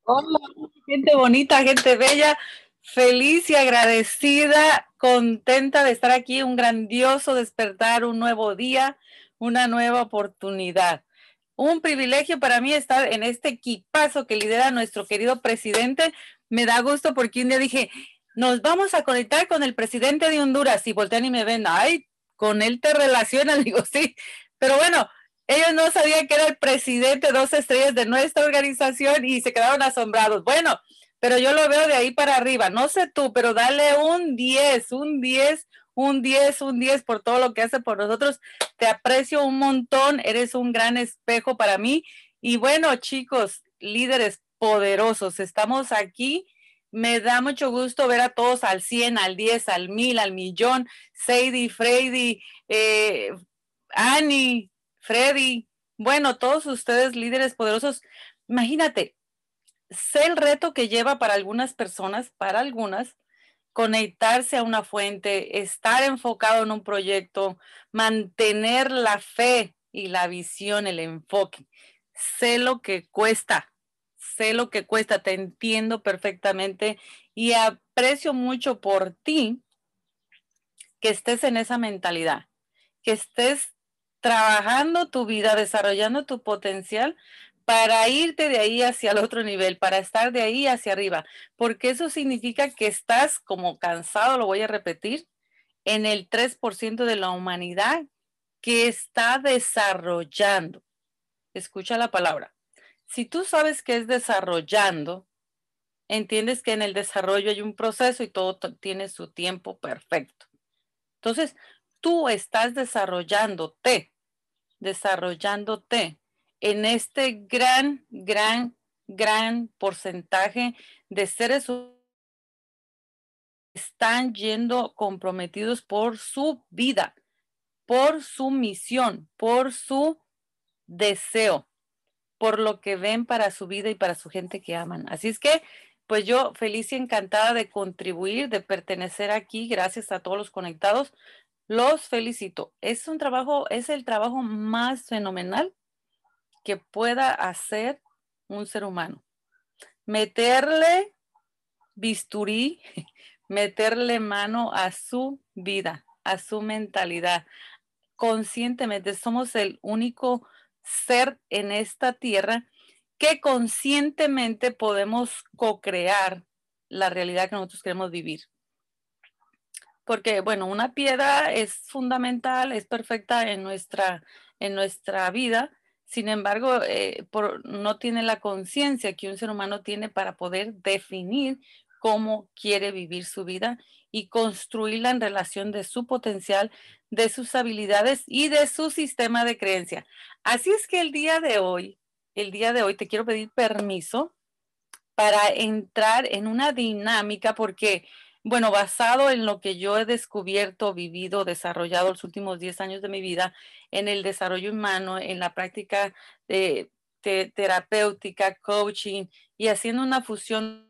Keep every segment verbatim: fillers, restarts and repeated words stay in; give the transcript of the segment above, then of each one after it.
Hola, gente bonita, gente bella, feliz y agradecida, contenta de estar aquí, un grandioso despertar, un nuevo día, una nueva oportunidad. Un privilegio para mí estar en este equipazo que lidera nuestro querido presidente. Me da gusto porque un día dije, nos vamos a conectar con el presidente de Honduras y voltean y me ven, ay, con él te relacionas, digo, sí, pero bueno, ellos no sabían que era el presidente dos estrellas de nuestra organización y se quedaron asombrados. Bueno, pero yo lo veo de ahí para arriba. No sé tú, pero dale un diez, un diez, un diez, un diez por todo lo que hace por nosotros. Te aprecio un montón. Eres un gran espejo para mí. Y bueno, chicos, líderes poderosos, estamos aquí. Me da mucho gusto ver a todos al cien, al diez, al mil, al millón. Sadie, Freddy, eh, Annie, Freddy, bueno, todos ustedes líderes poderosos, imagínate, sé el reto que lleva para algunas personas, para algunas, conectarse a una fuente, estar enfocado en un proyecto, mantener la fe y la visión, el enfoque. Sé lo que cuesta, sé lo que cuesta, te entiendo perfectamente y aprecio mucho por ti que estés en esa mentalidad, que estés trabajando tu vida, desarrollando tu potencial para irte de ahí hacia el otro nivel, para estar de ahí hacia arriba, porque eso significa que estás como cansado, lo voy a repetir, en el tres por ciento de la humanidad que está desarrollando. Escucha la palabra. Si tú sabes que es desarrollando, entiendes que en el desarrollo hay un proceso y todo tiene su tiempo perfecto. Entonces, tú estás desarrollándote, desarrollándote en este gran, gran, gran porcentaje de seres humanos que están yendo comprometidos por su vida, por su misión, por su deseo, por lo que ven para su vida y para su gente que aman. Así es que, pues yo feliz y encantada de contribuir, de pertenecer aquí, gracias a todos los conectados. Los felicito. Es un trabajo, es el trabajo más fenomenal que pueda hacer un ser humano. Meterle bisturí, meterle mano a su vida, a su mentalidad. Conscientemente, somos el único ser en esta tierra que conscientemente podemos co-crear la realidad que nosotros queremos vivir. Porque, bueno, una piedra es fundamental, es perfecta en nuestra, en nuestra vida, sin embargo, eh, por, no tiene la conciencia que un ser humano tiene para poder definir cómo quiere vivir su vida y construirla en relación de su potencial, de sus habilidades y de su sistema de creencia. Así es que el día de hoy, el día de hoy te quiero pedir permiso para entrar en una dinámica porque, bueno, basado en lo que yo he descubierto, vivido, desarrollado los últimos diez años de mi vida en el desarrollo humano, en la práctica de, de terapéutica, coaching y haciendo una fusión,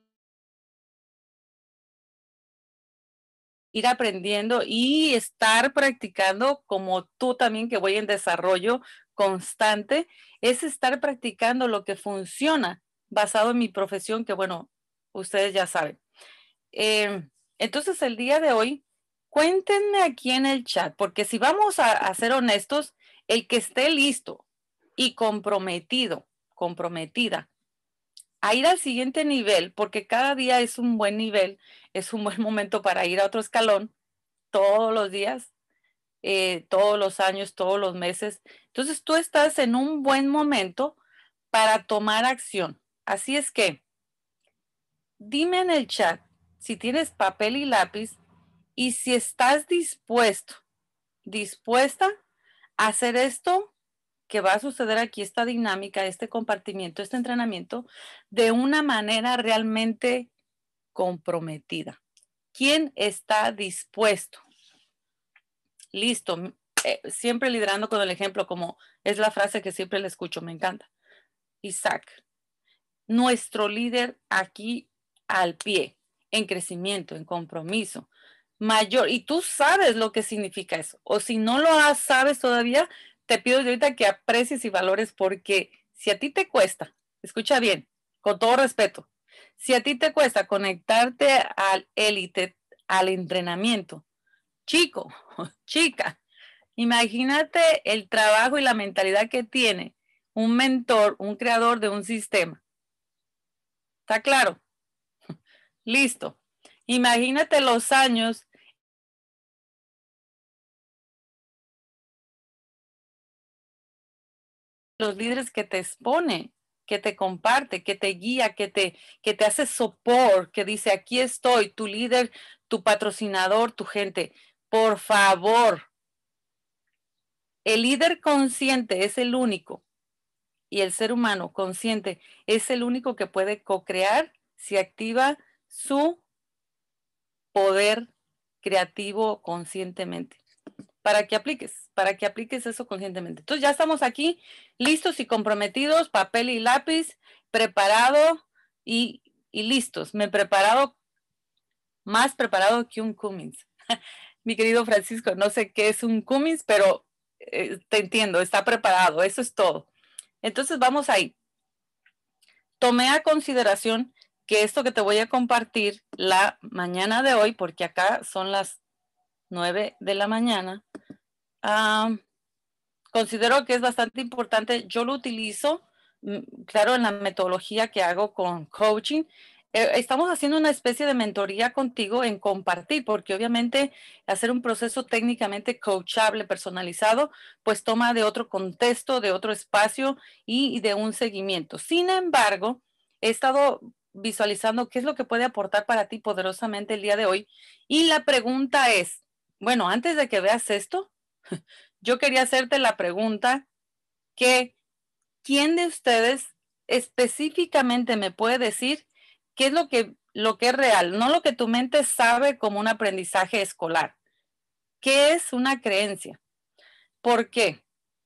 ir aprendiendo y estar practicando como tú también que voy en desarrollo constante, es estar practicando lo que funciona basado en mi profesión, que bueno, ustedes ya saben. Eh, entonces, el día de hoy, cuéntenme aquí en el chat, porque si vamos a, a ser honestos, el que esté listo y comprometido, comprometida a ir al siguiente nivel, porque cada día es un buen nivel, es un buen momento para ir a otro escalón todos los días, eh, todos los años, todos los meses. Entonces, tú estás en un buen momento para tomar acción. Así es que, dime en el chat si tienes papel y lápiz y si estás dispuesto, dispuesta a hacer esto que va a suceder aquí, esta dinámica, este compartimiento, este entrenamiento, de una manera realmente comprometida. ¿Quién está dispuesto? Listo. Eh, siempre liderando con el ejemplo, como es la frase que siempre le escucho, me encanta. Isaac, nuestro líder aquí al pie, en crecimiento, en compromiso mayor. Y tú sabes lo que significa eso. O si no lo sabes todavía, te pido ahorita que aprecies y valores porque si a ti te cuesta, escucha bien, con todo respeto. Si a ti te cuesta conectarte al élite, al entrenamiento, chico, chica, imagínate el trabajo y la mentalidad que tiene un mentor, un creador de un sistema. ¿Está claro? Listo. Imagínate los años. Los líderes que te expone, que te comparte, que te guía, que te, que te hace sopor, que dice, aquí estoy, tu líder, tu patrocinador, tu gente. Por favor, el líder consciente es el único y el ser humano consciente es el único que puede co-crear si activa su poder creativo conscientemente. Para que apliques, para que apliques eso conscientemente. Entonces ya estamos aquí listos y comprometidos, papel y lápiz, preparado y, y listos. Me he preparado, más preparado que un Cummins. Mi querido Francisco, no sé qué es un Cummins, pero eh, te entiendo, está preparado, eso es todo. Entonces vamos ahí. Tomé a consideración que esto que te voy a compartir la mañana de hoy, porque acá son las nueve de la mañana, uh, considero que es bastante importante. Yo lo utilizo, claro, en la metodología que hago con coaching. Eh, estamos haciendo una especie de mentoría contigo en compartir, porque obviamente hacer un proceso técnicamente coachable, personalizado, pues toma de otro contexto, de otro espacio y, y de un seguimiento. Sin embargo, he estado visualizando qué es lo que puede aportar para ti poderosamente el día de hoy. Y la pregunta es, bueno, antes de que veas esto, yo quería hacerte la pregunta que, ¿quién de ustedes específicamente me puede decir qué es lo que, lo que es real? No lo que tu mente sabe como un aprendizaje escolar. ¿Qué es una creencia? ¿Por qué?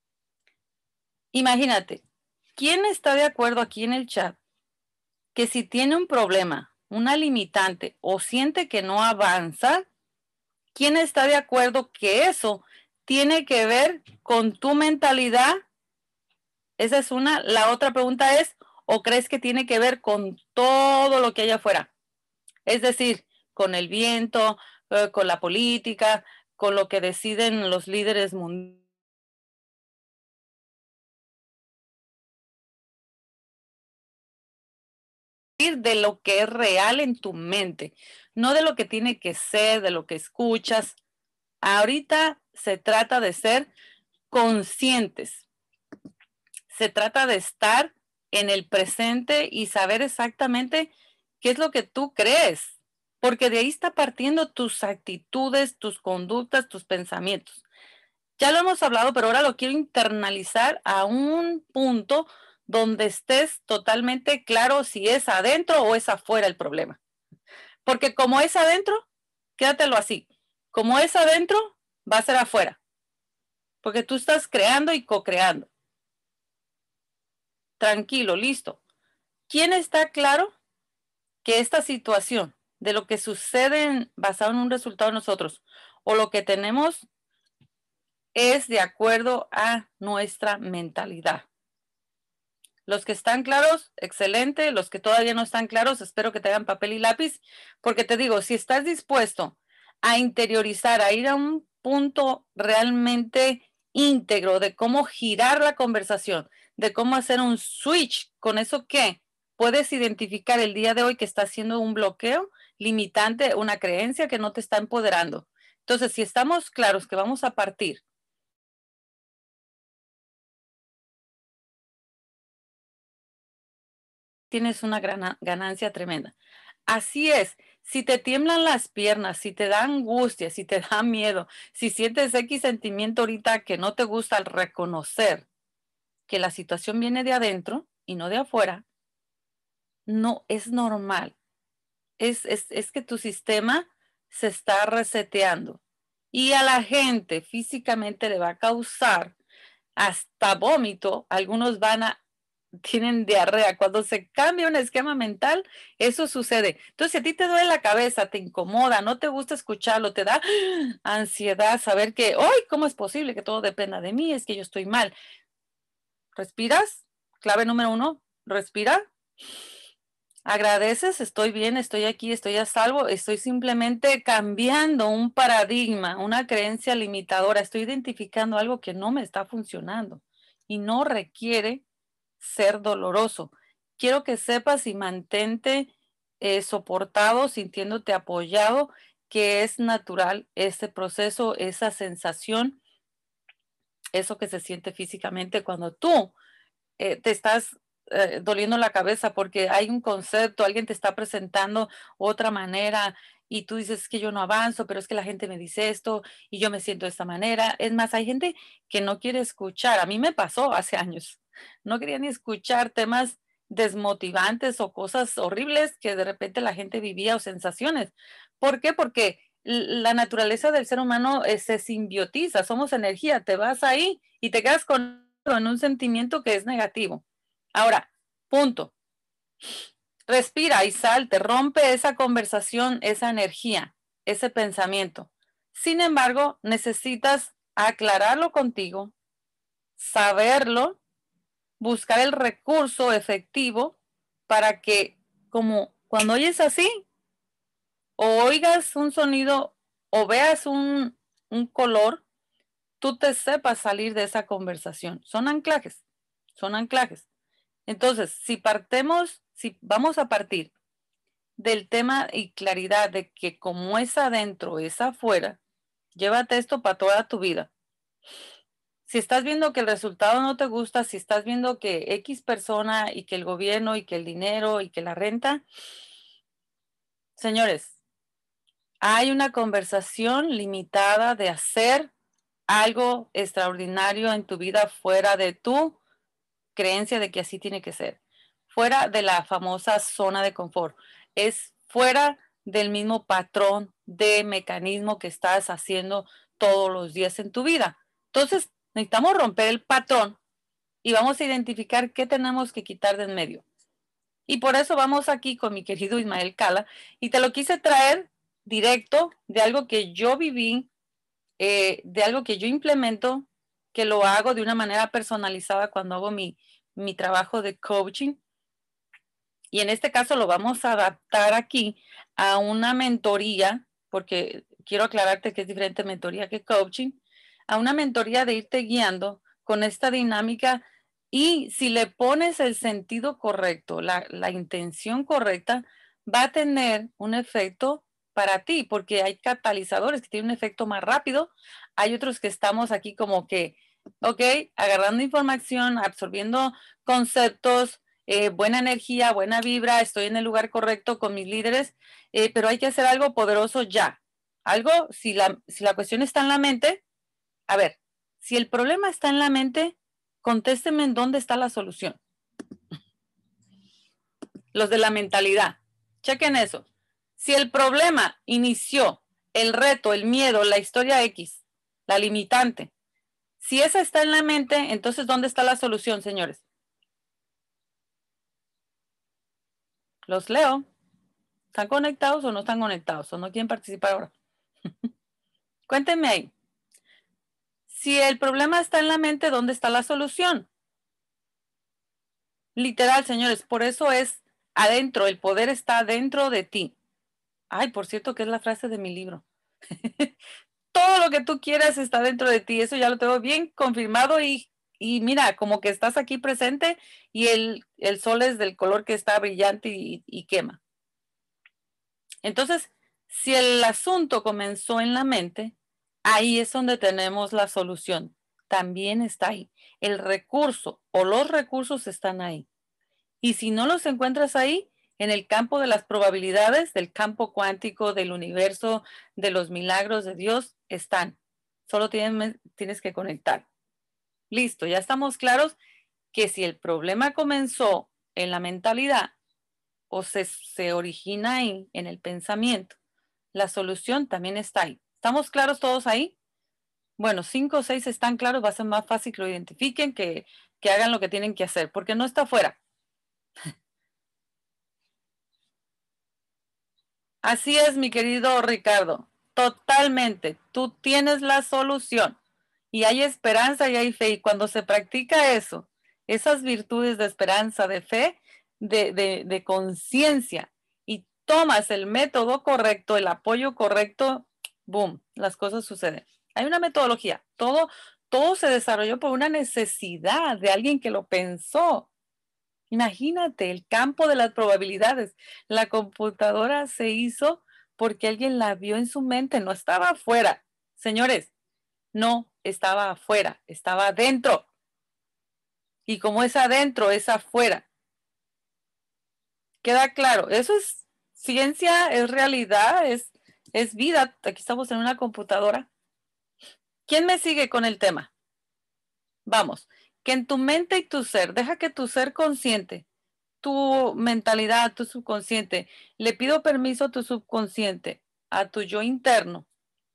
Imagínate, ¿quién está de acuerdo aquí en el chat que si tiene un problema, una limitante o siente que no avanza, quién está de acuerdo que eso tiene que ver con tu mentalidad? Esa es una. La otra pregunta es, ¿o crees que tiene que ver con todo lo que hay afuera? Es decir, con el viento, eh, con la política, con lo que deciden los líderes mundiales. De lo que es real en tu mente, no de lo que tiene que ser, de lo que escuchas. Ahorita se trata de ser conscientes. Se trata de estar en el presente y saber exactamente qué es lo que tú crees, porque de ahí está partiendo tus actitudes, tus conductas, tus pensamientos. Ya lo hemos hablado, pero ahora lo quiero internalizar a un punto donde estés totalmente claro si es adentro o es afuera el problema. Porque como es adentro, quédatelo así. Como es adentro, va a ser afuera. Porque tú estás creando y co-creando. Tranquilo, listo. ¿Quién está claro que esta situación de lo que sucede en, basado en un resultado de nosotros o lo que tenemos es de acuerdo a nuestra mentalidad? Los que están claros, excelente. Los que todavía no están claros, espero que te hagan papel y lápiz, porque te digo, si estás dispuesto a interiorizar, a ir a un punto realmente íntegro de cómo girar la conversación, de cómo hacer un switch con eso que puedes identificar el día de hoy que está haciendo un bloqueo limitante, una creencia que no te está empoderando. Entonces, si estamos claros que vamos a partir tienes una gran ganancia tremenda. Así es, si te tiemblan las piernas, si te da angustia, si te da miedo, si sientes X sentimiento ahorita que no te gusta al reconocer que la situación viene de adentro y no de afuera, no es normal. Es, es, es que tu sistema se está reseteando y a la gente físicamente le va a causar hasta vómito. Algunos van a tienen diarrea. Cuando se cambia un esquema mental, eso sucede. Entonces, si a ti te duele la cabeza, te incomoda, no te gusta escucharlo, te da ansiedad saber que, ¡ay! ¿Cómo es posible que todo dependa de mí? Es que yo estoy mal. ¿Respiras? Clave número uno, respira. Agradeces, estoy bien, estoy aquí, estoy a salvo, estoy simplemente cambiando un paradigma, una creencia limitadora, estoy identificando algo que no me está funcionando y no requiere ser doloroso. Quiero que sepas y mantente eh, soportado, sintiéndote apoyado, que es natural ese proceso, esa sensación, eso que se siente físicamente cuando tú eh, te estás eh, doliendo la cabeza porque hay un concepto, alguien te está presentando otra manera y tú dices "Es que yo no avanzo, pero es que la gente me dice esto y yo me siento de esta manera". Es más, hay gente que no quiere escuchar. A mí me pasó hace años. No quería ni escuchar temas desmotivantes o cosas horribles que de repente la gente vivía o sensaciones. ¿Por qué? Porque l- la naturaleza del ser humano eh, se simbiotiza, somos energía, te vas ahí y te quedas con en un sentimiento que es negativo. Ahora, punto. Respira y salte, rompe esa conversación, esa energía, ese pensamiento. Sin embargo, necesitas aclararlo contigo, saberlo, buscar el recurso efectivo para que, como cuando oyes así, o oigas un sonido o veas un, un color, tú te sepas salir de esa conversación. Son anclajes, son anclajes. Entonces, si partemos, si vamos a partir del tema y claridad de que como es adentro, es afuera, llévate esto para toda tu vida. Si estás viendo que el resultado no te gusta, si estás viendo que X persona y que el gobierno y que el dinero y que la renta, señores, hay una conversación limitada de hacer algo extraordinario en tu vida fuera de tu creencia de que así tiene que ser, fuera de la famosa zona de confort, es fuera del mismo patrón de mecanismo que estás haciendo todos los días en tu vida. Entonces, necesitamos romper el patrón y vamos a identificar qué tenemos que quitar de en medio. Y por eso vamos aquí con mi querido Ismael Cala y te lo quise traer directo de algo que yo viví, eh, de algo que yo implemento, que lo hago de una manera personalizada cuando hago mi, mi trabajo de coaching. Y en este caso lo vamos a adaptar aquí a una mentoría, porque quiero aclararte que es diferente mentoría que coaching, a una mentoría de irte guiando con esta dinámica y si le pones el sentido correcto, la, la intención correcta, va a tener un efecto para ti, porque hay catalizadores que tienen un efecto más rápido, hay otros que estamos aquí como que, ok, agarrando información, absorbiendo conceptos, eh, buena energía, buena vibra, estoy en el lugar correcto con mis líderes, eh, pero hay que hacer algo poderoso ya. Algo, si la, si la cuestión está en la mente, a ver, si el problema está en la mente, contésteme en dónde está la solución. Los de la mentalidad, chequen eso. Si el problema inició, el reto, el miedo, la historia X, la limitante, si esa está en la mente, entonces ¿dónde está la solución, señores? Los leo. ¿Están conectados o no están conectados? ¿O no quieren participar ahora? Cuéntenme ahí. Si el problema está en la mente, ¿dónde está la solución? Literal, señores, por eso es adentro, el poder está dentro de ti. Ay, por cierto, que es la frase de mi libro. Todo lo que tú quieras está dentro de ti, eso ya lo tengo bien confirmado y, y mira, como que estás aquí presente y el, el sol es del color que está brillante y, y quema. Entonces, si el asunto comenzó en la mente, ahí es donde tenemos la solución. También está ahí. El recurso o los recursos están ahí. Y si no los encuentras ahí, en el campo de las probabilidades, del campo cuántico, del universo, de los milagros de Dios, están. Solo tienes, tienes que conectar. Listo, ya estamos claros que si el problema comenzó en la mentalidad o se, se origina ahí, en el pensamiento, la solución también está ahí. ¿Estamos claros todos ahí? Bueno, cinco o seis están claros, va a ser más fácil que lo identifiquen, que, que hagan lo que tienen que hacer, porque no está afuera. Así es, mi querido Ricardo, totalmente. Tú tienes la solución y hay esperanza y hay fe. Y cuando se practica eso, esas virtudes de esperanza, de fe, de, de, de conciencia y tomas el método correcto, el apoyo correcto, boom, las cosas suceden. Hay una metodología, todo, todo se desarrolló por una necesidad de alguien que lo pensó. Imagínate el campo de las probabilidades. La computadora se hizo porque alguien la vio en su mente, no estaba afuera. Señores, no estaba afuera, estaba adentro. Y como es adentro, es afuera. Queda claro, eso es ciencia, es realidad, es, es vida. Aquí estamos en una computadora. ¿Quién me sigue con el tema? Vamos, que en tu mente y tu ser, deja que tu ser consciente, tu mentalidad, tu subconsciente, le pido permiso a tu subconsciente, a tu yo interno,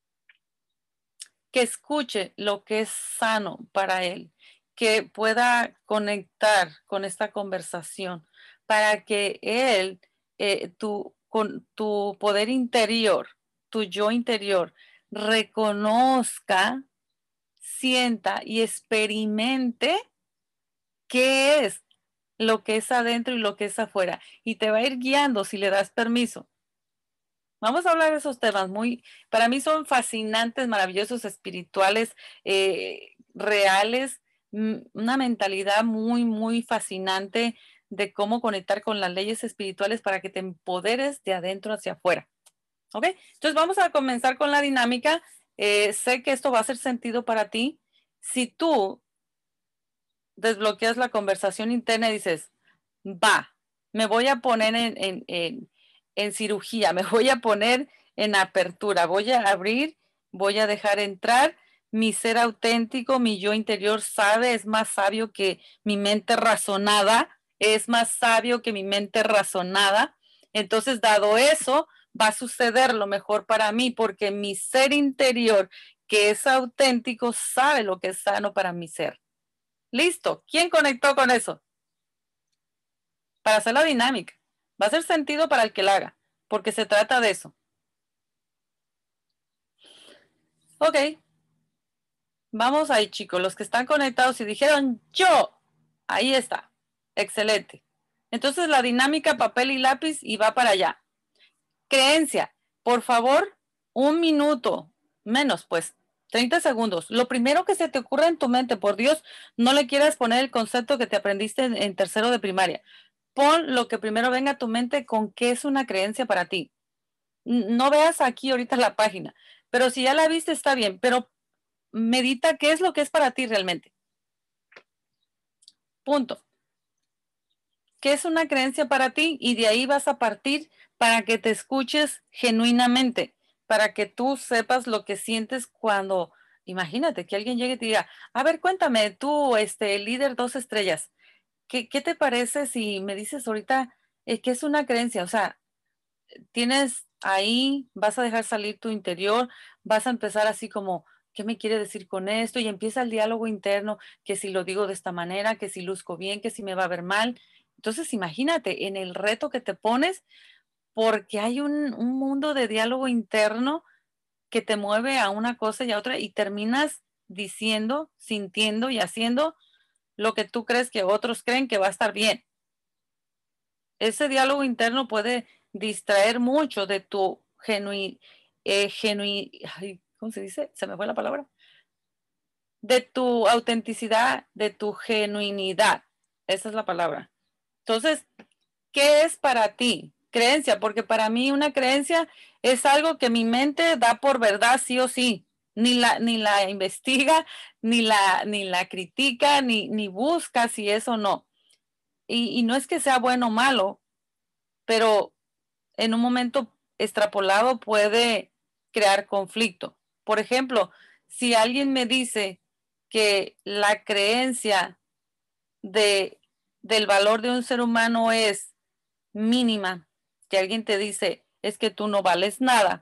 que escuche lo que es sano para él, que pueda conectar con esta conversación, para que él, eh, tu, con tu poder interior, tu yo interior, reconozca, sienta y experimente qué es lo que es adentro y lo que es afuera. Y te va a ir guiando si le das permiso. Vamos a hablar de esos temas muy, para mí son fascinantes, maravillosos, espirituales, eh, reales, una mentalidad muy, muy fascinante de cómo conectar con las leyes espirituales para que te empoderes de adentro hacia afuera. ¿Ok? Entonces vamos a comenzar con la dinámica. Eh, sé que esto va a hacer sentido para ti. Si tú desbloqueas la conversación interna y dices, va, me voy a poner en, en, en, en cirugía, me voy a poner en apertura, voy a abrir, voy a dejar entrar mi ser auténtico, mi yo interior sabe, es más sabio que mi mente razonada, es más sabio que mi mente razonada. Entonces, dado eso, va a suceder lo mejor para mí porque mi ser interior, que es auténtico, sabe lo que es sano para mi ser. Listo. ¿Quién conectó con eso? Para hacer la dinámica. Va a hacer sentido para el que la haga, porque se trata de eso. Ok. Vamos ahí, chicos. Los que están conectados y dijeron yo. Ahí está. Excelente. Entonces la dinámica papel y lápiz y va para allá. Creencia. Por favor, un minuto. Menos, pues. treinta segundos. Lo primero que se te ocurra en tu mente, por Dios, no le quieras poner el concepto que te aprendiste en, en tercero de primaria. Pon lo que primero venga a tu mente con qué es una creencia para ti. No veas aquí ahorita la página, pero si ya la viste está bien, pero medita qué es lo que es para ti realmente. Punto. ¿Qué es una creencia para ti? Y de ahí vas a partir para que te escuches genuinamente, para que tú sepas lo que sientes cuando, imagínate que alguien llegue y te diga, a ver, cuéntame, tú, este, líder dos estrellas, ¿qué, qué te parece si me dices ahorita eh, qué es una creencia? O sea, tienes ahí, vas a dejar salir tu interior, vas a empezar así como, ¿qué me quiere decir con esto? Y empieza el diálogo interno, que si lo digo de esta manera, que si luzco bien, que si me va a ver mal. Entonces, imagínate en el reto que te pones, porque hay un, un mundo de diálogo interno que te mueve a una cosa y a otra y terminas diciendo, sintiendo y haciendo lo que tú crees que otros creen que va a estar bien. Ese diálogo interno puede distraer mucho de tu genuin, eh, genuin, ay, ¿cómo se dice? Se me fue la palabra. De tu autenticidad, de tu genuinidad. Esa es la palabra. Entonces, ¿qué es para ti? Creencia, porque para mí una creencia es algo que mi mente da por verdad sí o sí. Ni la, ni la investiga, ni la, ni la critica, ni, ni busca si es o no. Y, y no es que sea bueno o malo, pero en un momento extrapolado puede crear conflicto. Por ejemplo, si alguien me dice que la creencia de, del valor de un ser humano es mínima, que alguien te dice es que tú no vales nada,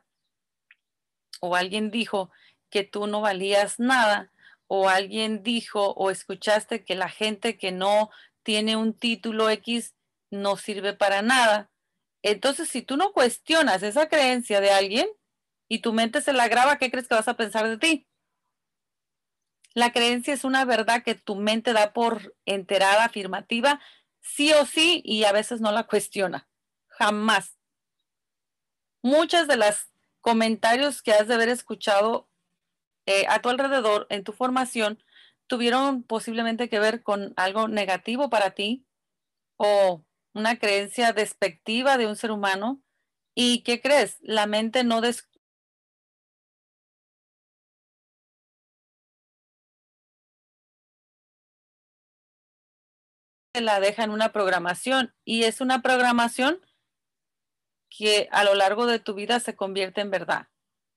o alguien dijo que tú no valías nada, o alguien dijo o escuchaste que la gente que no tiene un título X no sirve para nada. Entonces, si tú no cuestionas esa creencia de alguien y tu mente se la graba, ¿qué crees que vas a pensar de ti? La creencia es una verdad que tu mente da por enterada, afirmativa, sí o sí y a veces no la cuestiona. Jamás. Muchas de las comentarios que has de haber escuchado eh, a tu alrededor en tu formación tuvieron posiblemente que ver con algo negativo para ti o una creencia despectiva de un ser humano. ¿Y qué crees? La mente no des la deja en una programación y es una programación que a lo largo de tu vida se convierte en verdad.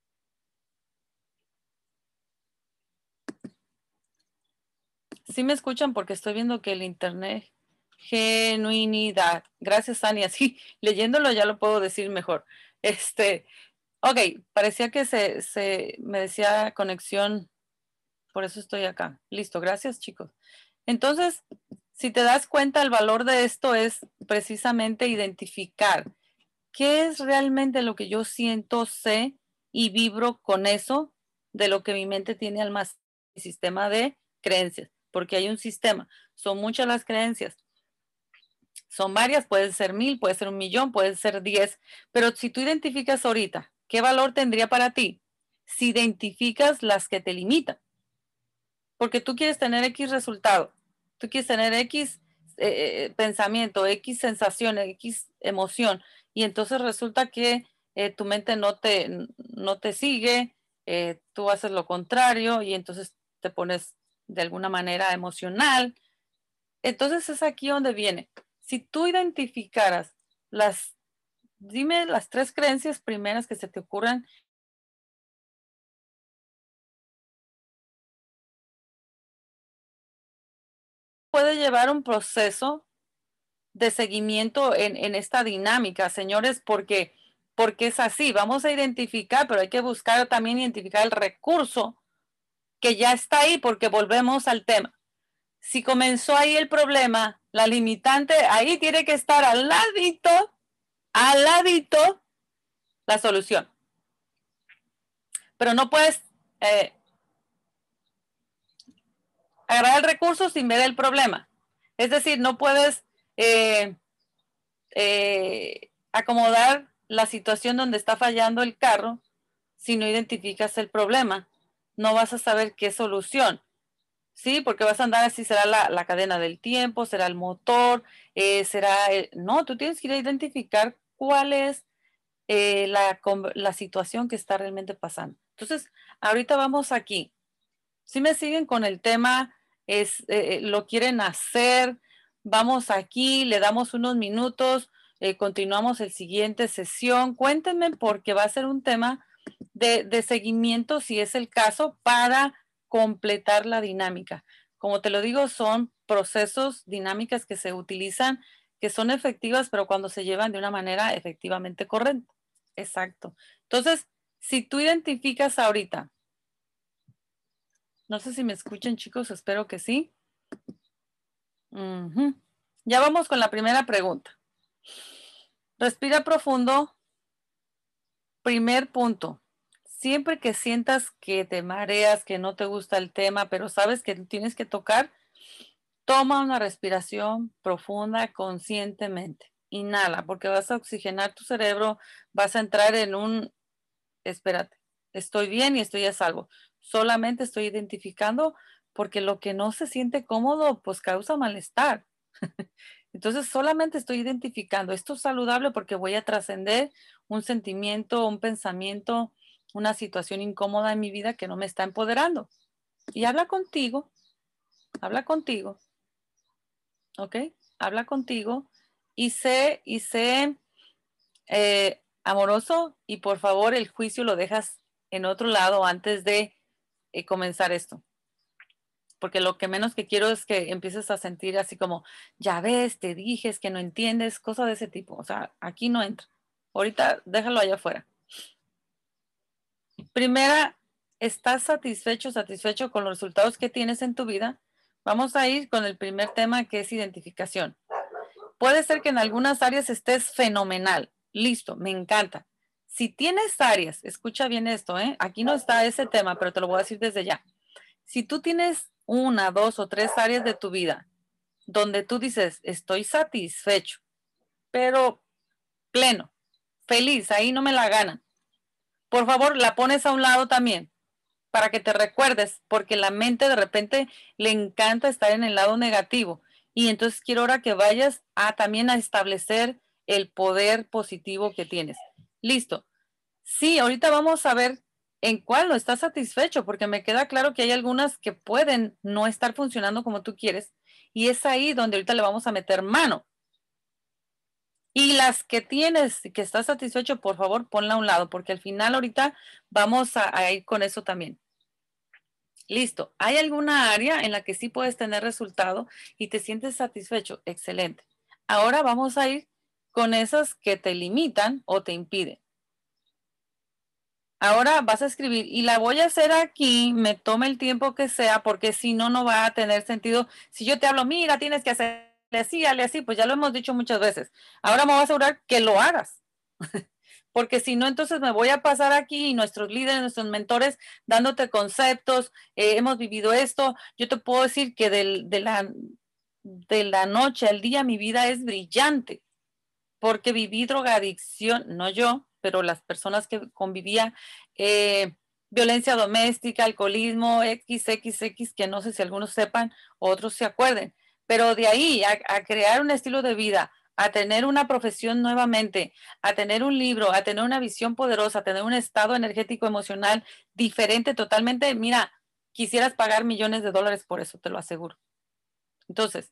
Sí me escuchan porque estoy viendo que el internet, genuinidad. Gracias, Tania. Sí, leyéndolo ya lo puedo decir mejor. Este, ok, parecía que se, se me decía conexión, por eso estoy acá. Listo, gracias, chicos. Entonces, si te das cuenta, el valor de esto es precisamente identificar qué es realmente lo que yo siento, sé y vibro con eso de lo que mi mente tiene almacenado en mi sistema de creencias, porque hay un sistema, son muchas las creencias, son varias, pueden ser mil, puede ser un millón, puede ser diez, pero si tú identificas ahorita, ¿qué valor tendría para ti? Si identificas las que te limitan, porque tú quieres tener X resultado, tú quieres tener X eh, eh, pensamiento, X sensación, X emoción, y entonces resulta que eh, tu mente no te, no te sigue, eh, tú haces lo contrario y entonces te pones de alguna manera emocional. Entonces es aquí donde viene. Si tú identificaras las, dime las tres creencias primeras que se te ocurran, puede llevar un proceso de seguimiento en, en esta dinámica, señores, porque, porque es así. Vamos a identificar, pero hay que buscar también identificar el recurso que ya está ahí, porque volvemos al tema. Si comenzó ahí el problema, la limitante, ahí tiene que estar al ladito, al ladito, la solución. Pero no puedes eh, agarrar el recurso sin ver el problema. Es decir, no puedes eh, eh, acomodar la situación donde está fallando el carro si no identificas el problema. No vas a saber qué solución. Sí, porque vas a andar así, será la, la cadena del tiempo, será el motor, eh, será... El... No, tú tienes que ir a identificar cuál es eh, la, la situación que está realmente pasando. Entonces, ahorita vamos aquí. Si me siguen con el tema, es, eh, lo quieren hacer, vamos aquí, le damos unos minutos, eh, continuamos el siguiente sesión. Cuéntenme porque va a ser un tema de, de seguimiento, si es el caso, para completar la dinámica. Como te lo digo, son procesos, dinámicas que se utilizan, que son efectivas, pero cuando se llevan de una manera efectivamente correcta. Exacto. Entonces, si tú identificas ahorita, no sé si me escuchan, chicos, espero que sí. Uh-huh. Ya vamos con la primera pregunta. Respira profundo. Primer punto. Siempre que sientas que te mareas, que no te gusta el tema, pero sabes que tienes que tocar, toma una respiración profunda conscientemente. Inhala, porque vas a oxigenar tu cerebro, vas a entrar en un, espérate, estoy bien y estoy a salvo. Solamente estoy identificando porque lo que no se siente cómodo, pues causa malestar. Entonces solamente estoy identificando esto es saludable porque voy a trascender un sentimiento, un pensamiento, una situación incómoda en mi vida que no me está empoderando. Y habla contigo, habla contigo, ¿ok? Habla contigo y sé, y sé eh, amoroso y por favor el juicio lo dejas en otro lado antes de eh, comenzar esto. Porque lo que menos que quiero es que empieces a sentir así como, ya ves, te dije, es que no entiendes, cosas de ese tipo. O sea, aquí no entra. Ahorita déjalo allá afuera. Primera, ¿estás satisfecho, satisfecho con los resultados que tienes en tu vida? Vamos a ir con el primer tema que es identificación. Puede ser que en algunas áreas estés fenomenal. Listo, me encanta. Si tienes áreas, escucha bien esto, ¿eh? Aquí no está ese tema, pero te lo voy a decir desde ya. Si tú tienes una, dos o tres áreas de tu vida donde tú dices, estoy satisfecho, pero pleno, feliz, ahí no me la ganan. Por favor, la pones a un lado también para que te recuerdes, porque la mente de repente le encanta estar en el lado negativo. Y entonces quiero ahora que vayas a también a establecer el poder positivo que tienes. Listo. Sí, ahorita vamos a ver en cuál no estás satisfecho, porque me queda claro que hay algunas que pueden no estar funcionando como tú quieres. Y es ahí donde ahorita le vamos a meter mano. Y las que tienes que estás satisfecho, por favor, ponla a un lado, porque al final ahorita vamos a, a ir con eso también. Listo. ¿Hay alguna área en la que sí puedes tener resultado y te sientes satisfecho? Excelente. Ahora vamos a ir con esas que te limitan o te impiden. Ahora vas a escribir y la voy a hacer aquí, me tome el tiempo que sea, porque si no, no va a tener sentido. Si yo te hablo, mira, tienes que hacerle así, hazle así, pues ya lo hemos dicho muchas veces. Ahora me voy a asegurar que lo hagas. Porque si no, entonces me voy a pasar aquí y nuestros líderes, nuestros mentores, dándote conceptos, eh, hemos vivido esto. Yo te puedo decir que del, de, la, de la noche al día mi vida es brillante, porque viví drogadicción, no yo, pero las personas que convivía, eh, violencia doméstica, alcoholismo, equis equis equis, que no sé si algunos sepan, otros se acuerden, pero de ahí a, a crear un estilo de vida, a tener una profesión nuevamente, a tener un libro, a tener una visión poderosa, a tener un estado energético emocional diferente totalmente, mira, quisieras pagar millones de dólares por eso, te lo aseguro. Entonces,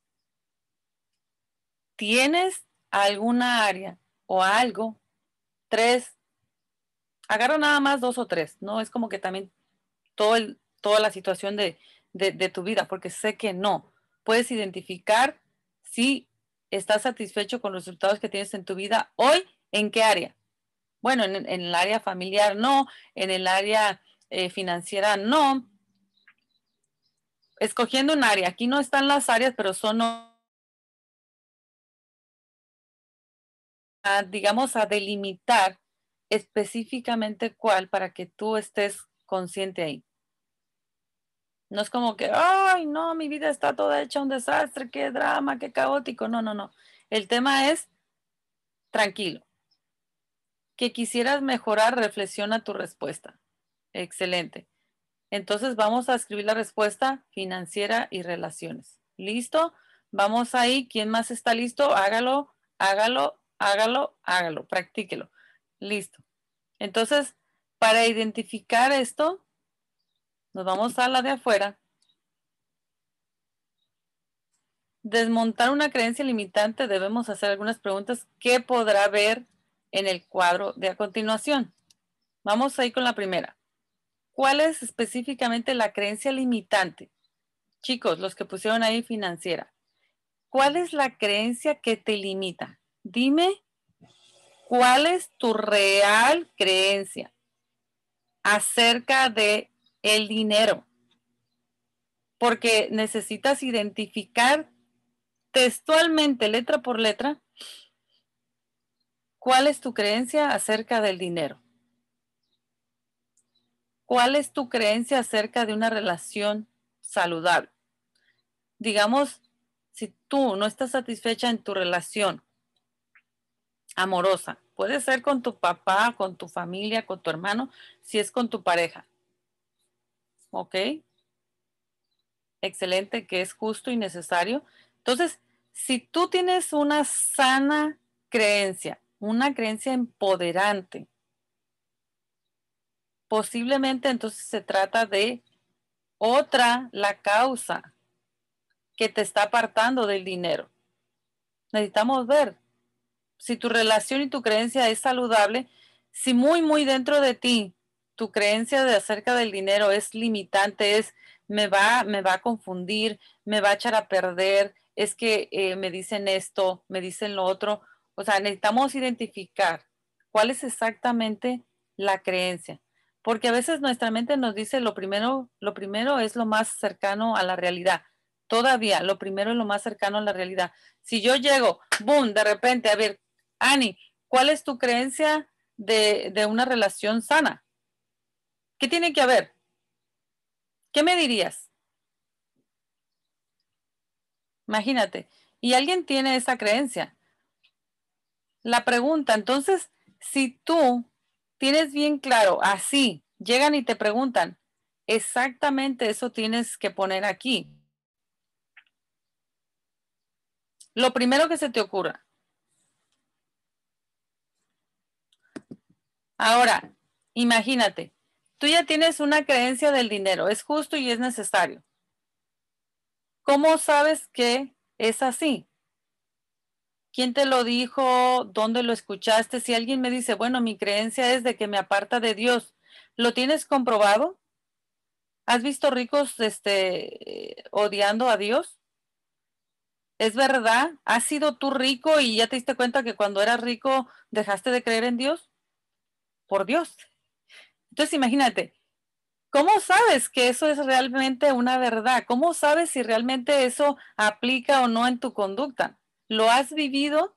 ¿tienes alguna área o algo? Tres, agarra nada más dos o tres, no es como que también todo el, toda la situación de, de, de tu vida, porque sé que no. Puedes identificar si estás satisfecho con los resultados que tienes en tu vida hoy, ¿en qué área? Bueno, en, en el área familiar no, en el área eh, financiera no. Escogiendo un área, aquí no están las áreas, pero son, a, digamos, a delimitar específicamente cuál para que tú estés consciente ahí. No es como que, ay, no, mi vida está toda hecha un desastre, qué drama, qué caótico. No, no, no. El tema es tranquilo. Que quisieras mejorar, reflexiona tu respuesta. Excelente. Entonces vamos a escribir la respuesta financiera y relaciones. ¿Listo? Vamos ahí. ¿Quién más está listo? Hágalo, hágalo, hágalo, hágalo. Practíquelo. Listo. Entonces, para identificar esto, nos vamos a la de afuera. Desmontar una creencia limitante, debemos hacer algunas preguntas que podrá ver en el cuadro de a continuación. Vamos a ir con la primera. ¿Cuál es específicamente la creencia limitante? Chicos, los que pusieron ahí financiera. ¿Cuál es la creencia que te limita? Dime, ¿cuál es tu real creencia acerca de el dinero? Porque necesitas identificar textualmente, letra por letra, ¿cuál es tu creencia acerca del dinero? ¿Cuál es tu creencia acerca de una relación saludable? Digamos, si tú no estás satisfecha en tu relación amorosa, puede ser con tu papá, con tu familia, con tu hermano, si es con tu pareja. ¿Ok? Excelente, que es justo y necesario. Entonces, si tú tienes una sana creencia, una creencia empoderante, posiblemente entonces se trata de otra, la causa que te está apartando del dinero. Necesitamos ver si tu relación y tu creencia es saludable, si muy, muy dentro de ti tu creencia de acerca del dinero es limitante, es me va, me va a confundir, me va a echar a perder, es que eh, me dicen esto, me dicen lo otro. O sea, necesitamos identificar cuál es exactamente la creencia. Porque a veces nuestra mente nos dice lo primero, lo primero es lo más cercano a la realidad. Todavía, lo primero es lo más cercano a la realidad. Si yo llego, boom, de repente, a ver, Ani, ¿cuál es tu creencia de, de una relación sana? ¿Qué tiene que haber? ¿Qué me dirías? Imagínate. Y alguien tiene esa creencia. La pregunta, entonces, si tú tienes bien claro, así, llegan y te preguntan, exactamente eso tienes que poner aquí. Lo primero que se te ocurra. Ahora, imagínate, tú ya tienes una creencia del dinero, es justo y es necesario. ¿Cómo sabes que es así? ¿Quién te lo dijo? ¿Dónde lo escuchaste? Si alguien me dice, bueno, mi creencia es de que me aparta de Dios, ¿lo tienes comprobado? ¿Has visto ricos este, odiando a Dios? ¿Es verdad? ¿Has sido tú rico y ya te diste cuenta que cuando eras rico dejaste de creer en Dios? Por Dios. Entonces imagínate, ¿cómo sabes que eso es realmente una verdad? ¿Cómo sabes si realmente eso aplica o no en tu conducta? ¿Lo has vivido?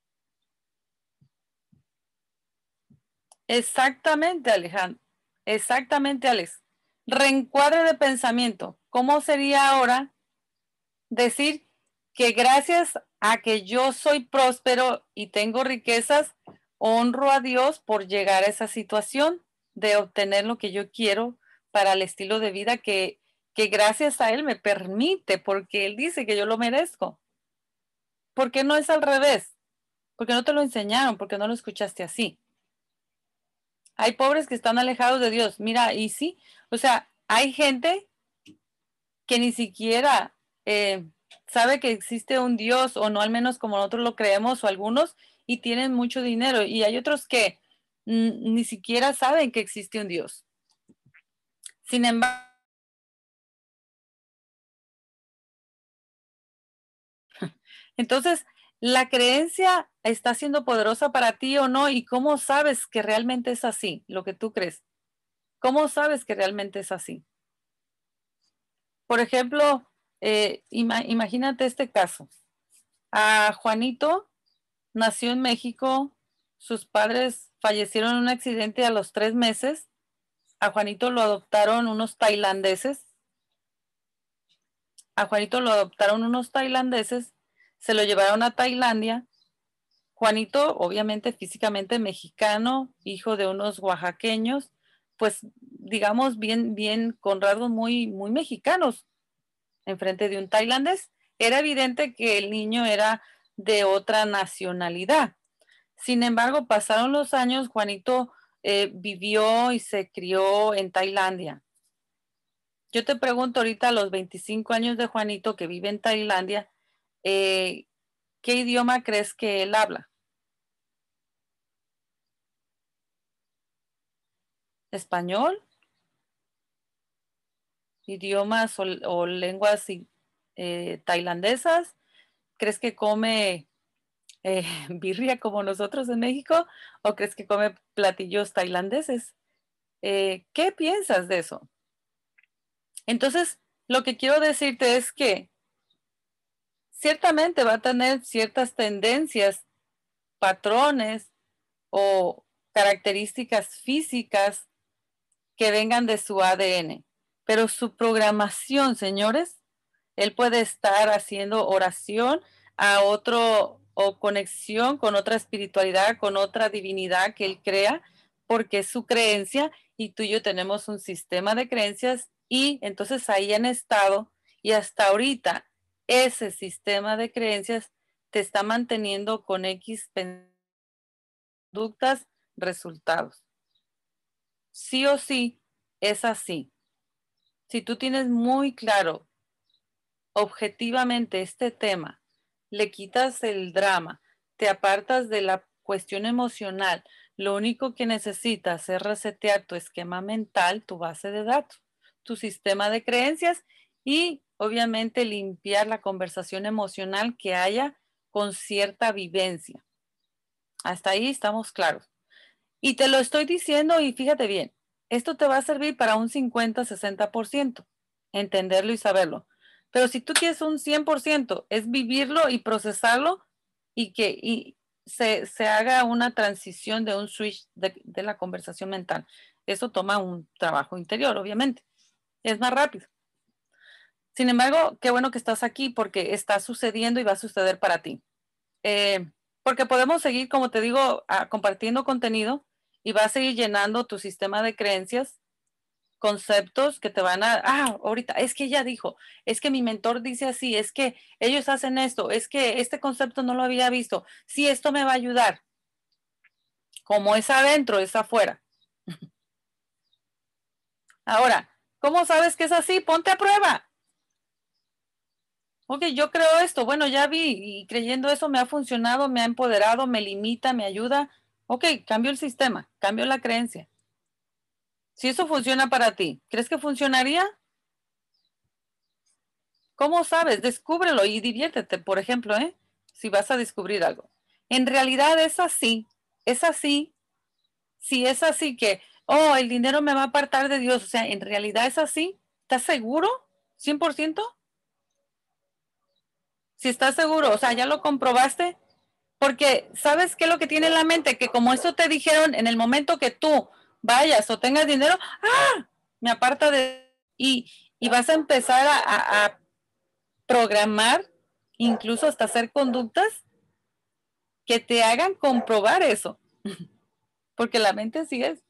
Exactamente, Alejandro. Exactamente, Alex. Reencuadre de pensamiento. ¿Cómo sería ahora decir que gracias a que yo soy próspero y tengo riquezas, honro a Dios por llegar a esa situación de obtener lo que yo quiero para el estilo de vida que, que gracias a Él me permite, porque Él dice que yo lo merezco? ¿Por qué no es al revés? Porque no te lo enseñaron, porque no lo escuchaste así. Hay pobres que están alejados de Dios. Mira, y sí, o sea, hay gente que ni siquiera eh, sabe que existe un Dios, o no al menos como nosotros lo creemos, o algunos, y tienen mucho dinero. Y hay otros que mm, ni siquiera saben que existe un Dios. Sin embargo, entonces, ¿la creencia está siendo poderosa para ti o no? ¿Y cómo sabes que realmente es así, lo que tú crees? ¿Cómo sabes que realmente es así? Por ejemplo, eh, ima imagínate este caso. A Juanito nació en México, sus padres fallecieron en un accidente a los tres meses. A Juanito lo adoptaron unos tailandeses. A Juanito lo adoptaron unos tailandeses, se lo llevaron a Tailandia. Juanito, obviamente físicamente mexicano, hijo de unos oaxaqueños, pues digamos bien, bien con rasgos muy, muy mexicanos, enfrente de un tailandés. Era evidente que el niño era de otra nacionalidad. Sin embargo, pasaron los años, Juanito eh, vivió y se crió en Tailandia. Yo te pregunto ahorita a los veinticinco años de Juanito que vive en Tailandia, eh, ¿qué idioma crees que él habla? ¿Español? ¿Idiomas o, o lenguas eh, tailandesas? ¿Crees que come eh, birria como nosotros en México? ¿O crees que come platillos tailandeses? Eh, ¿Qué piensas de eso? Entonces, lo que quiero decirte es que ciertamente va a tener ciertas tendencias, patrones o características físicas que vengan de su A D N, pero su programación, señores, él puede estar haciendo oración a otro o conexión con otra espiritualidad, con otra divinidad que él crea, porque es su creencia y tú y yo tenemos un sistema de creencias y entonces ahí han estado y hasta ahorita ese sistema de creencias te está manteniendo con X conductas, resultados. Sí o sí es así. Si tú tienes muy claro objetivamente este tema, le quitas el drama, te apartas de la cuestión emocional, lo único que necesitas es resetear tu esquema mental, tu base de datos, tu sistema de creencias y obviamente limpiar la conversación emocional que haya con cierta vivencia. Hasta ahí estamos claros. Y te lo estoy diciendo y fíjate bien, esto te va a servir para un cincuenta, sesenta por ciento, entenderlo y saberlo. Pero si tú quieres un cien por ciento, es vivirlo y procesarlo y que y se, se haga una transición de un switch de, de la conversación mental. Eso toma un trabajo interior, obviamente. Es más rápido. Sin embargo, qué bueno que estás aquí porque está sucediendo y va a suceder para ti. Eh, porque podemos seguir, como te digo, a, compartiendo contenido y va a seguir llenando tu sistema de creencias, conceptos que te van a, ah, ahorita, es que ella dijo, es que mi mentor dice así, es que ellos hacen esto, es que este concepto no lo había visto, sí, esto me va a ayudar. Como es adentro, es afuera. Ahora, ¿cómo sabes que es así? Ponte a prueba. Ok, yo creo esto, bueno, ya vi y creyendo eso me ha funcionado, me ha empoderado, me limita, me ayuda. Ok, cambio el sistema, cambio la creencia. Si eso funciona para ti, ¿crees que funcionaría? ¿Cómo sabes? Descúbrelo y diviértete, por ejemplo, ¿eh? Si vas a descubrir algo. En realidad es así, es así. Si es así que, oh, el dinero me va a apartar de Dios, o sea, en realidad es así. ¿Estás seguro? ¿cien por ciento? Si estás seguro, o sea, ya lo comprobaste, porque ¿sabes qué es lo que tiene en la mente? Que como eso te dijeron en el momento que tú vayas o tengas dinero, ¡ah! Me aparta de... Y, y vas a empezar a, a, a programar, incluso hasta hacer conductas que te hagan comprobar eso, porque la mente sí es.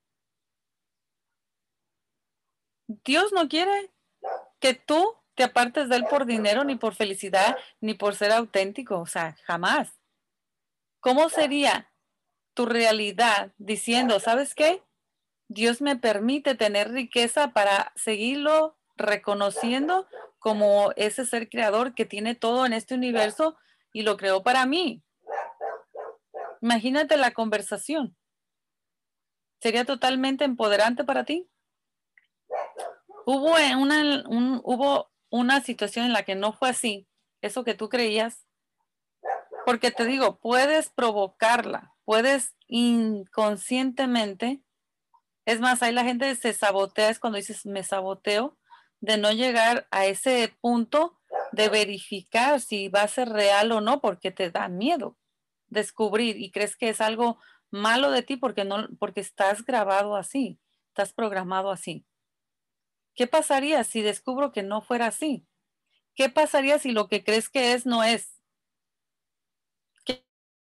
Dios no quiere que tú te apartes de él por dinero, ni por felicidad, ni por ser auténtico, o sea, jamás. ¿Cómo sería tu realidad diciendo, ¿sabes qué? Dios me permite tener riqueza para seguirlo reconociendo como ese ser creador que tiene todo en este universo y lo creó para mí. Imagínate la conversación. ¿Sería totalmente empoderante para ti? Hubo una, un, hubo una situación en la que no fue así, eso que tú creías, porque te digo, puedes provocarla, puedes inconscientemente. Es más, ahí la gente se sabotea, es cuando dices me saboteo, de no llegar a ese punto de verificar si va a ser real o no, porque te da miedo descubrir y crees que es algo malo de ti porque no, porque estás grabado así, estás programado así. ¿Qué pasaría si descubro que no fuera así? ¿Qué pasaría si lo que crees que es no es? ¿Qué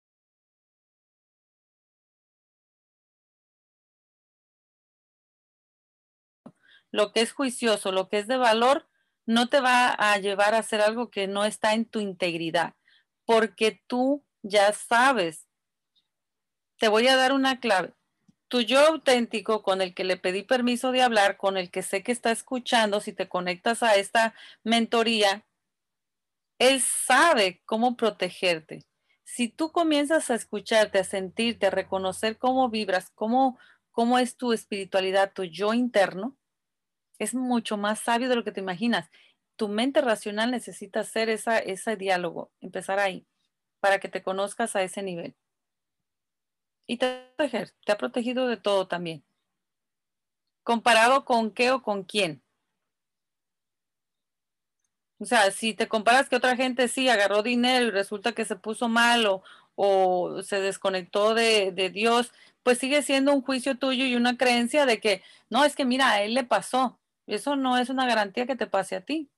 lo que es juicioso, lo que es de valor, no te va a llevar a hacer algo que no está en tu integridad, porque tú ya sabes. Te voy a dar una clave. Tu yo auténtico con el que le pedí permiso de hablar, con el que sé que está escuchando, si te conectas a esta mentoría, él sabe cómo protegerte. Si tú comienzas a escucharte, a sentirte, a reconocer cómo vibras, cómo, cómo es tu espiritualidad, tu yo interno, es mucho más sabio de lo que te imaginas. Tu mente racional necesita hacer esa, ese diálogo, empezar ahí, para que te conozcas a ese nivel. Y te, te ha protegido de todo también. ¿Comparado con qué o con quién? O sea, si te comparas que otra gente sí agarró dinero y resulta que se puso mal o, o se desconectó de, de Dios, pues sigue siendo un juicio tuyo y una creencia de que, no, es que mira, a él le pasó. Eso no es una garantía que te pase a ti.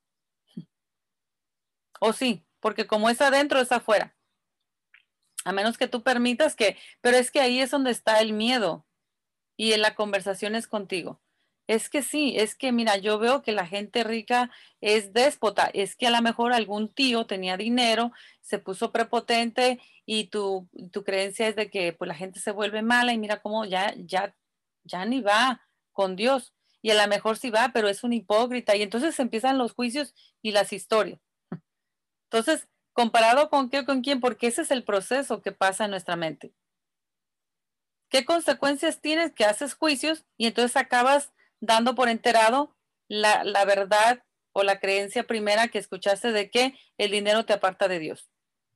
O sí, porque como es adentro, es afuera. A menos que tú permitas que, pero es que ahí es donde está el miedo y en la conversación es contigo. Es que sí, es que mira, yo veo que la gente rica es déspota, es que a lo mejor algún tío tenía dinero, se puso prepotente y tu, tu creencia es de que pues la gente se vuelve mala y mira cómo ya, ya, ya ni va con Dios. Y a lo mejor sí va, pero es un hipócrita. Y entonces empiezan los juicios y las historias. Entonces, ¿comparado con qué o con quién? Porque ese es el proceso que pasa en nuestra mente. ¿Qué consecuencias tienes que haces juicios y entonces acabas dando por enterado la, la verdad o la creencia primera que escuchaste de que el dinero te aparta de Dios?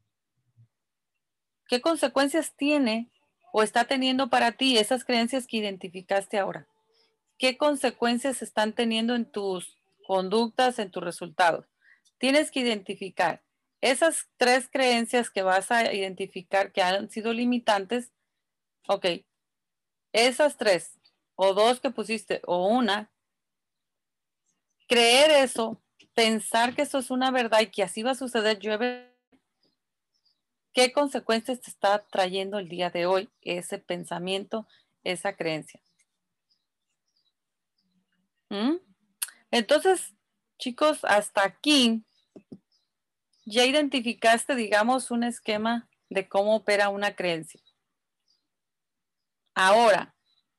¿Qué consecuencias tiene o está teniendo para ti esas creencias que identificaste ahora? ¿Qué consecuencias están teniendo en tus conductas, en tus resultados? Tienes que identificar esas tres creencias que vas a identificar que han sido limitantes. Ok, esas tres, o dos que pusiste, o una, creer eso pensar que eso es una verdad y que así va a suceder, llueve, ¿qué consecuencias te está trayendo el día de hoy ese pensamiento, esa creencia? ¿Mm? Entonces, chicos, hasta aquí ya identificaste, digamos, un esquema de cómo opera una creencia. Ahora,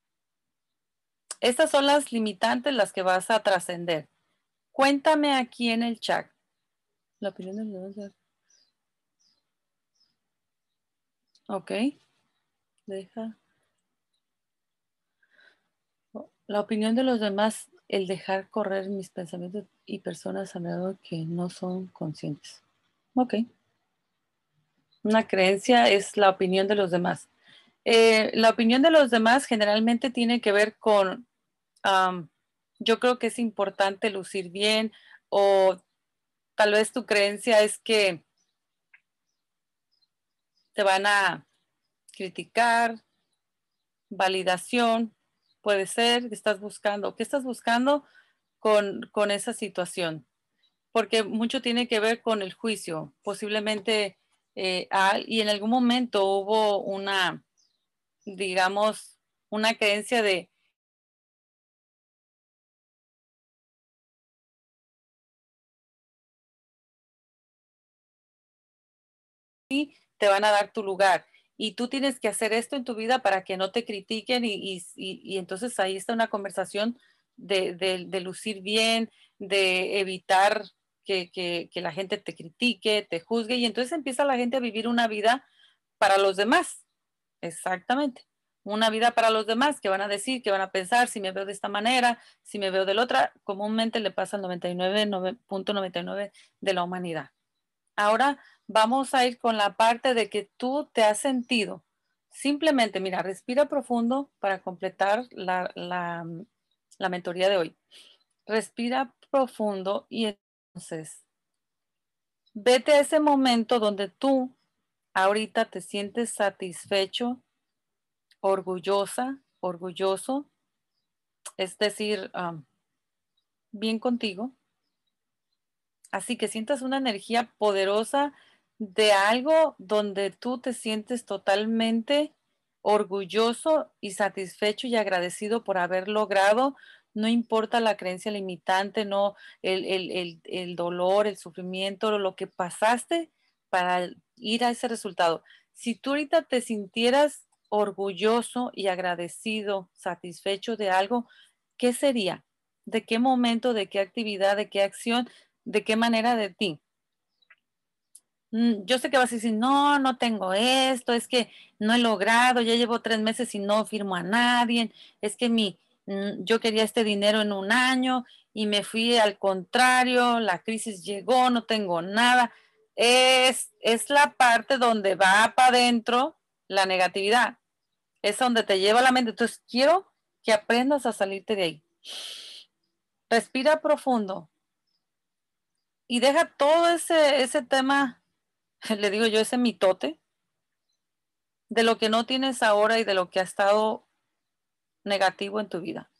estas son las limitantes las que vas a trascender. Cuéntame aquí en el chat. La opinión de los demás. Ok. Deja. La opinión de los demás, el dejar correr mis pensamientos y personas a mi lado que no son conscientes. Ok. Una creencia es la opinión de los demás. Eh, la opinión de los demás generalmente tiene que ver con, um, yo creo que es importante lucir bien o tal vez tu creencia es que te van a criticar, validación, puede ser que estás buscando. ¿Qué estás buscando con, con esa situación? Porque mucho tiene que ver con el juicio. Posiblemente, eh, ah, y en algún momento hubo una, digamos, una creencia de te van a dar tu lugar. Y tú tienes que hacer esto en tu vida para que no te critiquen y, y, y, y entonces ahí está una conversación de, de, de lucir bien, de evitar que, que, que la gente te critique, te juzgue y entonces empieza la gente a vivir una vida para los demás. Exactamente. Una vida para los demás, que van a decir, que van a pensar, si me veo de esta manera, si me veo de la otra, comúnmente le pasa al noventa y nueve punto noventa y nueve de la humanidad. Ahora vamos a ir con la parte de que tú te has sentido. Simplemente, mira, respira profundo para completar la, la, la mentoría de hoy. Respira profundo y entonces vete a ese momento donde tú ahorita te sientes satisfecho, orgullosa, orgulloso, es decir, um, bien contigo. Así que sientas una energía poderosa de algo donde tú te sientes totalmente orgulloso y satisfecho y agradecido por haber logrado, no importa la creencia limitante, no el, el, el, el dolor, el sufrimiento, lo que pasaste para ir a ese resultado. Si tú ahorita te sintieras orgulloso y agradecido, satisfecho de algo, ¿qué sería? ¿De qué momento, de qué actividad, de qué acción? ¿De qué manera de ti? Mm, yo sé que vas a decir, no, no tengo esto, es que no he logrado, ya llevo tres meses y no firmo a nadie, es que mi, mm, yo quería este dinero en un año y me fui al contrario, la crisis llegó, no tengo nada. Es, es la parte donde va para adentro la negatividad, es donde te lleva la mente. Entonces, quiero que aprendas a salirte de ahí. Respira profundo y deja todo ese, ese tema, le digo yo, ese mitote de lo que no tienes ahora y de lo que ha estado negativo en tu vida.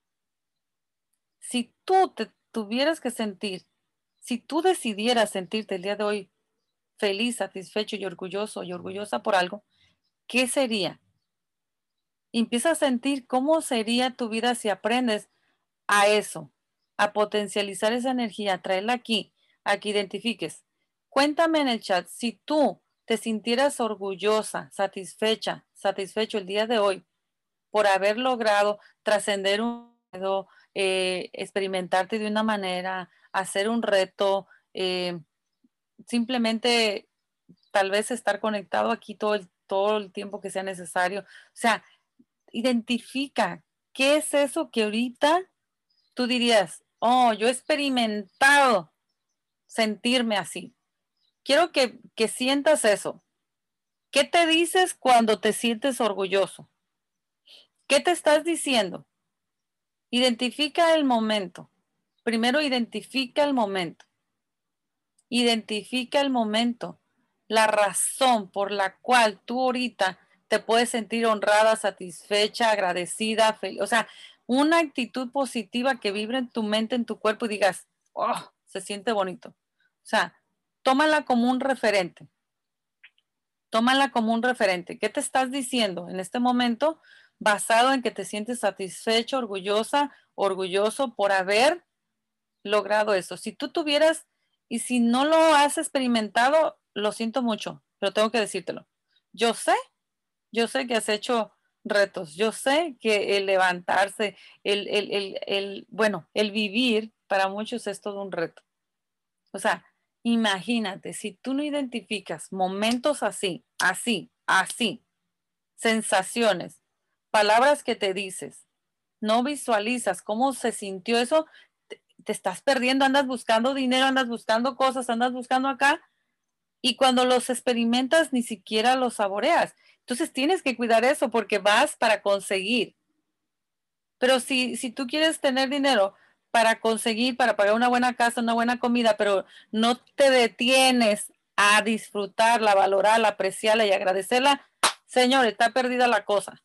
Si tú te tuvieras que sentir, si tú decidieras sentirte el día de hoy feliz, satisfecho y orgulloso y orgullosa por algo, ¿qué sería? Y empieza a sentir cómo sería tu vida si aprendes a eso, a potencializar esa energía, a traerla aquí, a que identifiques. Cuéntame en el chat si tú te sintieras orgullosa, satisfecha, satisfecho el día de hoy por haber logrado trascender un miedo, eh, experimentarte de una manera, hacer un reto, eh, simplemente tal vez estar conectado aquí todo el, todo el tiempo que sea necesario. O sea, identifica qué es eso que ahorita tú dirías, oh, yo he experimentado sentirme así. Quiero que, que sientas eso. ¿Qué te dices cuando te sientes orgulloso? ¿Qué te estás diciendo? Identifica el momento. Primero identifica el momento. Identifica el momento. La razón por la cual tú ahorita te puedes sentir honrada, satisfecha, agradecida, feliz. O sea, una actitud positiva que vibre en tu mente, en tu cuerpo y digas, oh, se siente bonito. O sea, tómala como un referente. Tómala como un referente. ¿Qué te estás diciendo en este momento basado en que te sientes satisfecho, orgullosa, orgulloso por haber logrado eso? Si tú tuvieras, y si no lo has experimentado, lo siento mucho, pero tengo que decírtelo. Yo sé, yo sé que has hecho retos. Yo sé que el levantarse, el, el, el, el bueno, el vivir para muchos es todo un reto. O sea, imagínate, si tú no identificas momentos así, así, así, sensaciones, palabras que te dices, no visualizas cómo se sintió eso, te, te estás perdiendo, andas buscando dinero, andas buscando cosas, andas buscando acá, y cuando los experimentas ni siquiera los saboreas. Entonces tienes que cuidar eso porque vas para conseguir. Pero si, si tú quieres tener dinero para conseguir, para pagar una buena casa, una buena comida, pero no te detienes a disfrutarla, valorarla, apreciarla y agradecerla, señor, está perdida la cosa.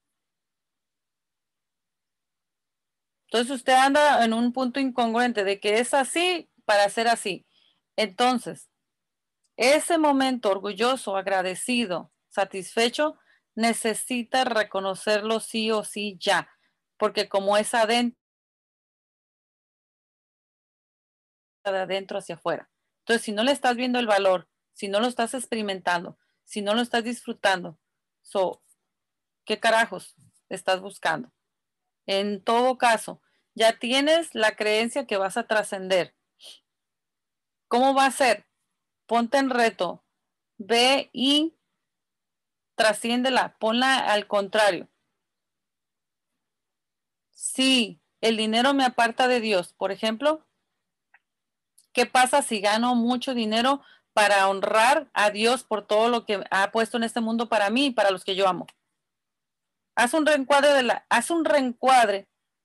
Entonces usted anda en un punto incongruente de que es así para ser así. Entonces, ese momento orgulloso, agradecido, satisfecho, necesita reconocerlo sí o sí ya, porque como es adentro, de adentro hacia afuera. Entonces, si no le estás viendo el valor, si no lo estás experimentando, si no lo estás disfrutando, so, ¿qué carajos estás buscando? En todo caso, ya tienes la creencia que vas a trascender. ¿Cómo va a ser? Ponte en reto. Ve y trasciéndela. Ponla al contrario. Si el dinero me aparta de Dios, por ejemplo, ¿qué pasa si gano mucho dinero para honrar a Dios por todo lo que ha puesto en este mundo para mí y para los que yo amo? Haz un reencuadre de la, haz un reencuadre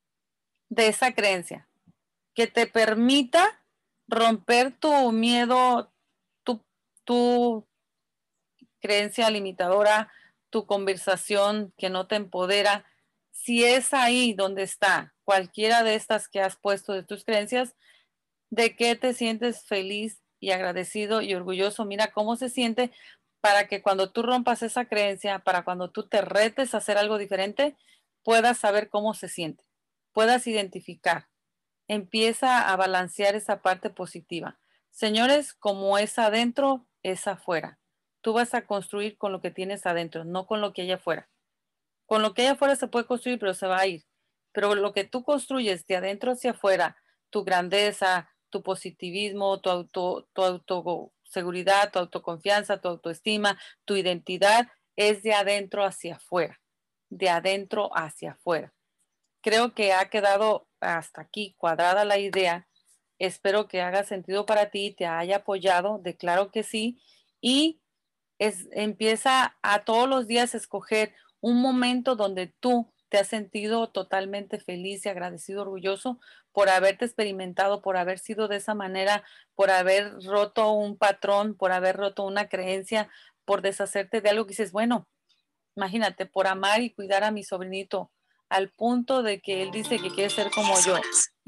de esa creencia que te permita romper tu miedo, tu, tu creencia limitadora, tu conversación que no te empodera. Si es ahí donde está cualquiera de estas que has puesto de tus creencias, ¿de qué te sientes feliz y agradecido y orgulloso? Mira cómo se siente para que cuando tú rompas esa creencia, para cuando tú te retes a hacer algo diferente, puedas saber cómo se siente, puedas identificar. Empieza a balancear esa parte positiva. Señores, como es adentro, es afuera. Tú vas a construir con lo que tienes adentro, no con lo que hay afuera. Con lo que hay afuera se puede construir, pero se va a ir. Pero lo que tú construyes de adentro hacia afuera, tu grandeza, tu positivismo, tu auto, tu autoseguridad, tu autoconfianza, tu autoestima, tu identidad, es de adentro hacia afuera. De adentro hacia afuera. Creo que ha quedado hasta aquí cuadrada la idea. Espero que haga sentido para ti, te haya apoyado, declaro que sí. Y es, empieza a todos los días escoger un momento donde tú te has sentido totalmente feliz y agradecido, orgulloso por haberte experimentado, por haber sido de esa manera, por haber roto un patrón, por haber roto una creencia, por deshacerte de algo que dices, bueno, imagínate, por amar y cuidar a mi sobrinito al punto de que él dice que quiere ser como yo.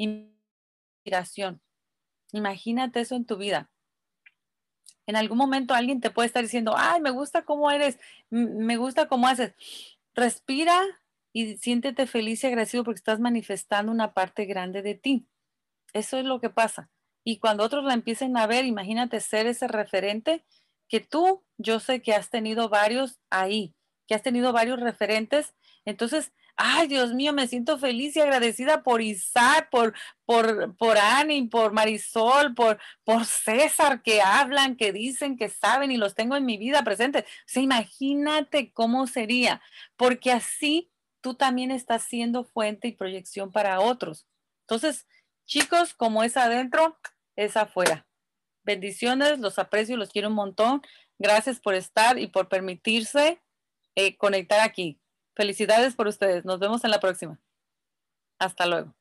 Inspiración. Imagínate eso en tu vida. En algún momento alguien te puede estar diciendo, ay, me gusta cómo eres, me gusta cómo haces. Respira y siéntete feliz y agradecido porque estás manifestando una parte grande de ti. Eso es lo que pasa. Y cuando otros la empiecen a ver, imagínate ser ese referente que tú, yo sé que has tenido varios ahí, que has tenido varios referentes. Entonces, ay, Dios mío, me siento feliz y agradecida por Isaac, por, por, por Annie, por Marisol, por, por César, que hablan, que dicen, que saben y los tengo en mi vida presente. O sea, imagínate cómo sería, porque así tú también estás siendo fuente y proyección para otros. Entonces, chicos, como es adentro, es afuera. Bendiciones, los aprecio, los quiero un montón. Gracias por estar y por permitirse eh, conectar aquí. Felicidades por ustedes. Nos vemos en la próxima. Hasta luego.